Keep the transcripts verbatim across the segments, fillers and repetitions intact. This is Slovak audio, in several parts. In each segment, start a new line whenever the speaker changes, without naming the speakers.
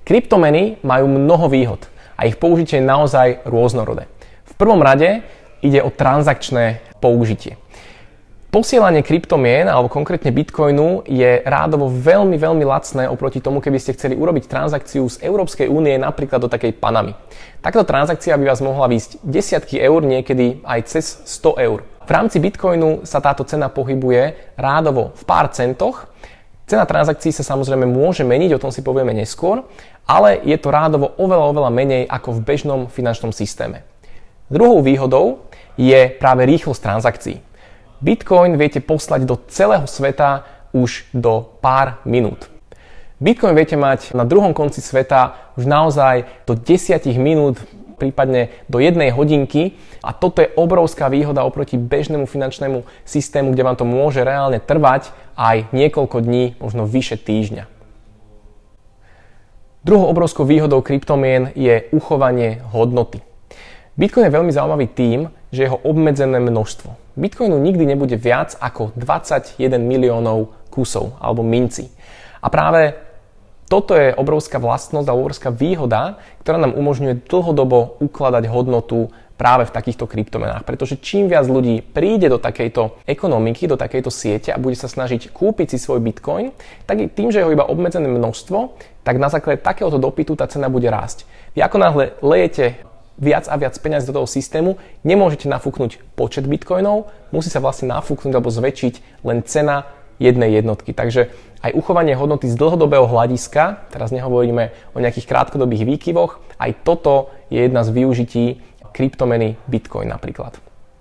Kryptomeny majú mnoho výhod a ich použitie je naozaj rôznorodé. V prvom rade ide o transakčné použitie. Posielanie kryptomien, alebo konkrétne bitcoinu, je rádovo veľmi, veľmi lacné oproti tomu, keby ste chceli urobiť transakciu z Európskej únie napríklad do takej Panamy. Takáto transakcia by vás mohla výjsť desiatky eur, niekedy aj cez sto eur. V rámci bitcoinu sa táto cena pohybuje rádovo v pár centoch. Cena transakcií sa samozrejme môže meniť, o tom si povieme neskôr, ale je to rádovo oveľa, oveľa menej ako v bežnom finančnom systéme. Druhou výhodou je práve rýchlosť transakcií. Bitcoin viete poslať do celého sveta už do pár minút. Bitcoin viete mať na druhom konci sveta už naozaj do desať minút, prípadne do jednej hodinky, a toto je obrovská výhoda oproti bežnému finančnému systému, kde vám to môže reálne trvať aj niekoľko dní, možno vyše týždňa. Druhou obrovskou výhodou kryptomien je uchovanie hodnoty. Bitcoin je veľmi zaujímavý tým, že jeho obmedzené množstvo. Bitcoinu nikdy nebude viac ako dvadsaťjeden miliónov kusov alebo mincí. A práve toto je obrovská vlastnosť a obrovská výhoda, ktorá nám umožňuje dlhodobo ukladať hodnotu práve v takýchto kryptomenách. Pretože čím viac ľudí príde do takejto ekonomiky, do takejto siete a bude sa snažiť kúpiť si svoj Bitcoin, tak tým, že je ho iba obmedzené množstvo, tak na základe takéhoto dopytu tá cena bude rásť. Vy ako náhle lejete viac a viac peňazí do toho systému, nemôžete nafúknuť počet bitcoinov, musí sa vlastne nafúknuť alebo zväčšiť len cena jednej jednotky. Takže aj uchovanie hodnoty z dlhodobého hľadiska, teraz nehovoríme o nejakých krátkodobých výkyvoch, aj toto je jedna z využití kryptomeny Bitcoin napríklad.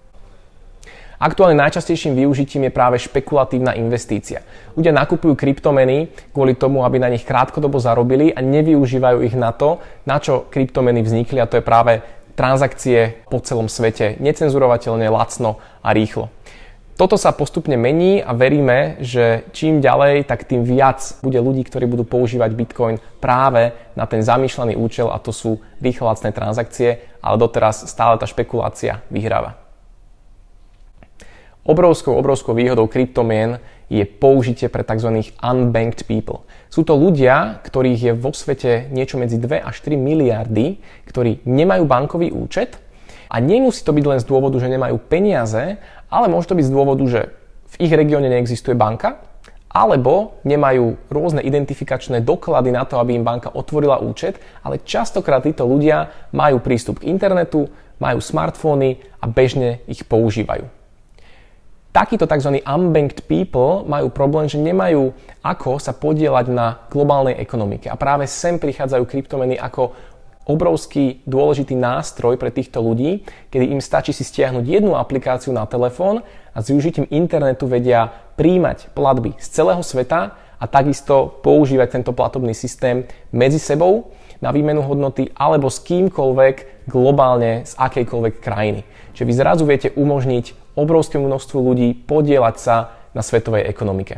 Aktuálne najčastejším využitím je práve špekulatívna investícia. Ľudia nakupujú kryptomeny kvôli tomu, aby na nich krátkodobo zarobili a nevyužívajú ich na to, na čo kryptomeny vznikli, a to je práve transakcie po celom svete, necenzurovateľne, lacno a rýchlo. Toto sa postupne mení a veríme, že čím ďalej, tak tým viac bude ľudí, ktorí budú používať Bitcoin práve na ten zamýšľaný účel, a to sú rýchle lacné transakcie, ale doteraz stále tá špekulácia vyhráva. Obrovskou, obrovskou výhodou kryptomien je použitie pre tzv. Unbanked people. Sú to ľudia, ktorých je vo svete niečo medzi dve až tri miliardy, ktorí nemajú bankový účet, a nemusí to byť len z dôvodu, že nemajú peniaze, ale môže to byť z dôvodu, že v ich regióne neexistuje banka, alebo nemajú rôzne identifikačné doklady na to, aby im banka otvorila účet, ale častokrát títo ľudia majú prístup k internetu, majú smartfóny a bežne ich používajú. Takíto tzv. Unbanked people majú problém, že nemajú ako sa podieľať na globálnej ekonomike. A práve sem prichádzajú kryptomeny ako obrovský dôležitý nástroj pre týchto ľudí, kedy im stačí si stiahnuť jednu aplikáciu na telefón a s využitím internetu vedia prijímať platby z celého sveta a takisto používať tento platobný systém medzi sebou na výmenu hodnoty alebo s kýmkoľvek globálne z akejkoľvek krajiny. Čiže vy zrazu viete umožniť obrovskému množstvu ľudí podieľať sa na svetovej ekonomike.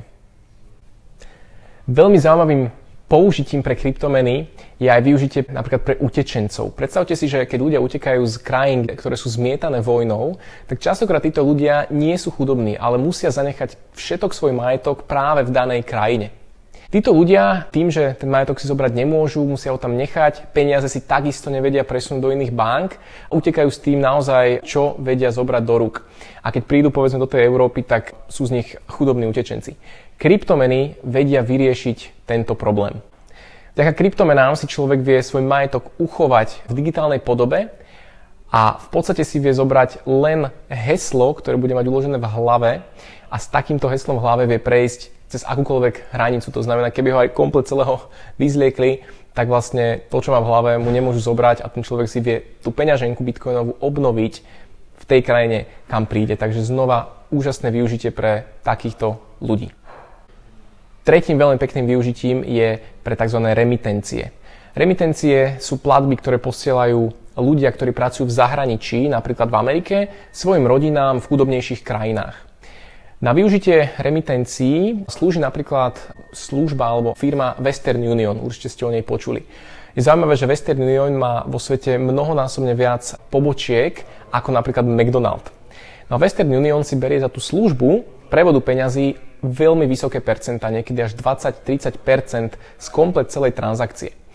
Veľmi zaujímavým použitím pre kryptomeny je aj využitie napríklad pre utečencov. Predstavte si, že keď ľudia utekajú z krajín, ktoré sú zmietané vojnou, tak častokrát títo ľudia nie sú chudobní, ale musia zanechať všetok svoj majetok práve v danej krajine. Títo ľudia tým, že ten majetok si zobrať nemôžu, musia ho tam nechať, peniaze si takisto nevedia presunúť do iných bank a utekajú s tým naozaj, čo vedia zobrať do rúk. A keď prídu povedzme do tej Európy, tak sú z nich chudobní utečenci. Kryptomeny vedia vyriešiť tento problém. Vďaka kryptomenám si človek vie svoj majetok uchovať v digitálnej podobe a v podstate si vie zobrať len heslo, ktoré bude mať uložené v hlave, a s takýmto heslom v hlave vie prejsť cez akúkoľvek hranicu. To znamená, keby ho aj komplet celého vyzliekli, tak vlastne to, čo má v hlave, mu nemôžu zobrať a ten človek si vie tú peňaženku bitcoinovú obnoviť v tej krajine, kam príde. Takže znova úžasné využitie pre takýchto ľudí. Tretím veľmi pekným využitím je pre tzv. Remitencie. Remitencie sú platby, ktoré posielajú ľudia, ktorí pracujú v zahraničí, napríklad v Amerike, svojim rodinám v chudobnejších krajinách. Na využitie remitencií slúži napríklad služba alebo firma Western Union, určite ste o nej počuli. Je zaujímavé, že Western Union má vo svete mnohonásobne viac pobočiek ako napríklad McDonald's. No Western Union si berie za tú službu prevodu peňazí veľmi vysoké percentá, niekedy až dvadsať až tridsať percent z komplet celej transakcie.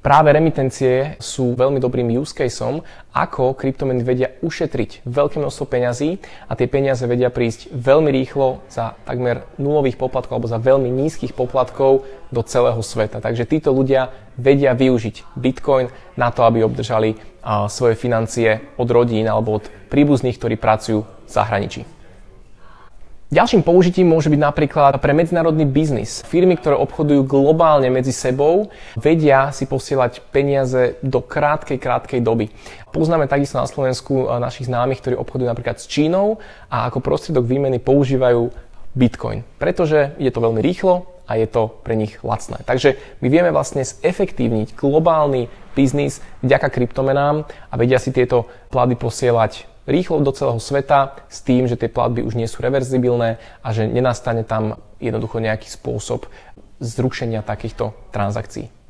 Práve remitencie sú veľmi dobrým use caseom, ako kryptomeny vedia ušetriť veľké množstvo peňazí a tie peniaze vedia prísť veľmi rýchlo za takmer nulových poplatkov alebo za veľmi nízkych poplatkov do celého sveta. Takže títo ľudia vedia využiť Bitcoin na to, aby obdržali uh, svoje financie od rodín alebo od príbuzných, ktorí pracujú v zahraničí. Ďalším použitím môže byť napríklad pre medzinárodný biznis. Firmy, ktoré obchodujú globálne medzi sebou, vedia si posielať peniaze do krátkej, krátkej doby. Poznáme takisto na Slovensku našich známych, ktorí obchodujú napríklad s Čínou a ako prostriedok výmeny používajú Bitcoin, pretože je to veľmi rýchlo a je to pre nich lacné. Takže my vieme vlastne zefektívniť globálny biznis vďaka kryptomenám a vedia si tieto platby posielať rýchlo do celého sveta s tým, že tie platby už nie sú reverzibilné a že nenastane tam jednoducho nejaký spôsob zrušenia takýchto transakcií.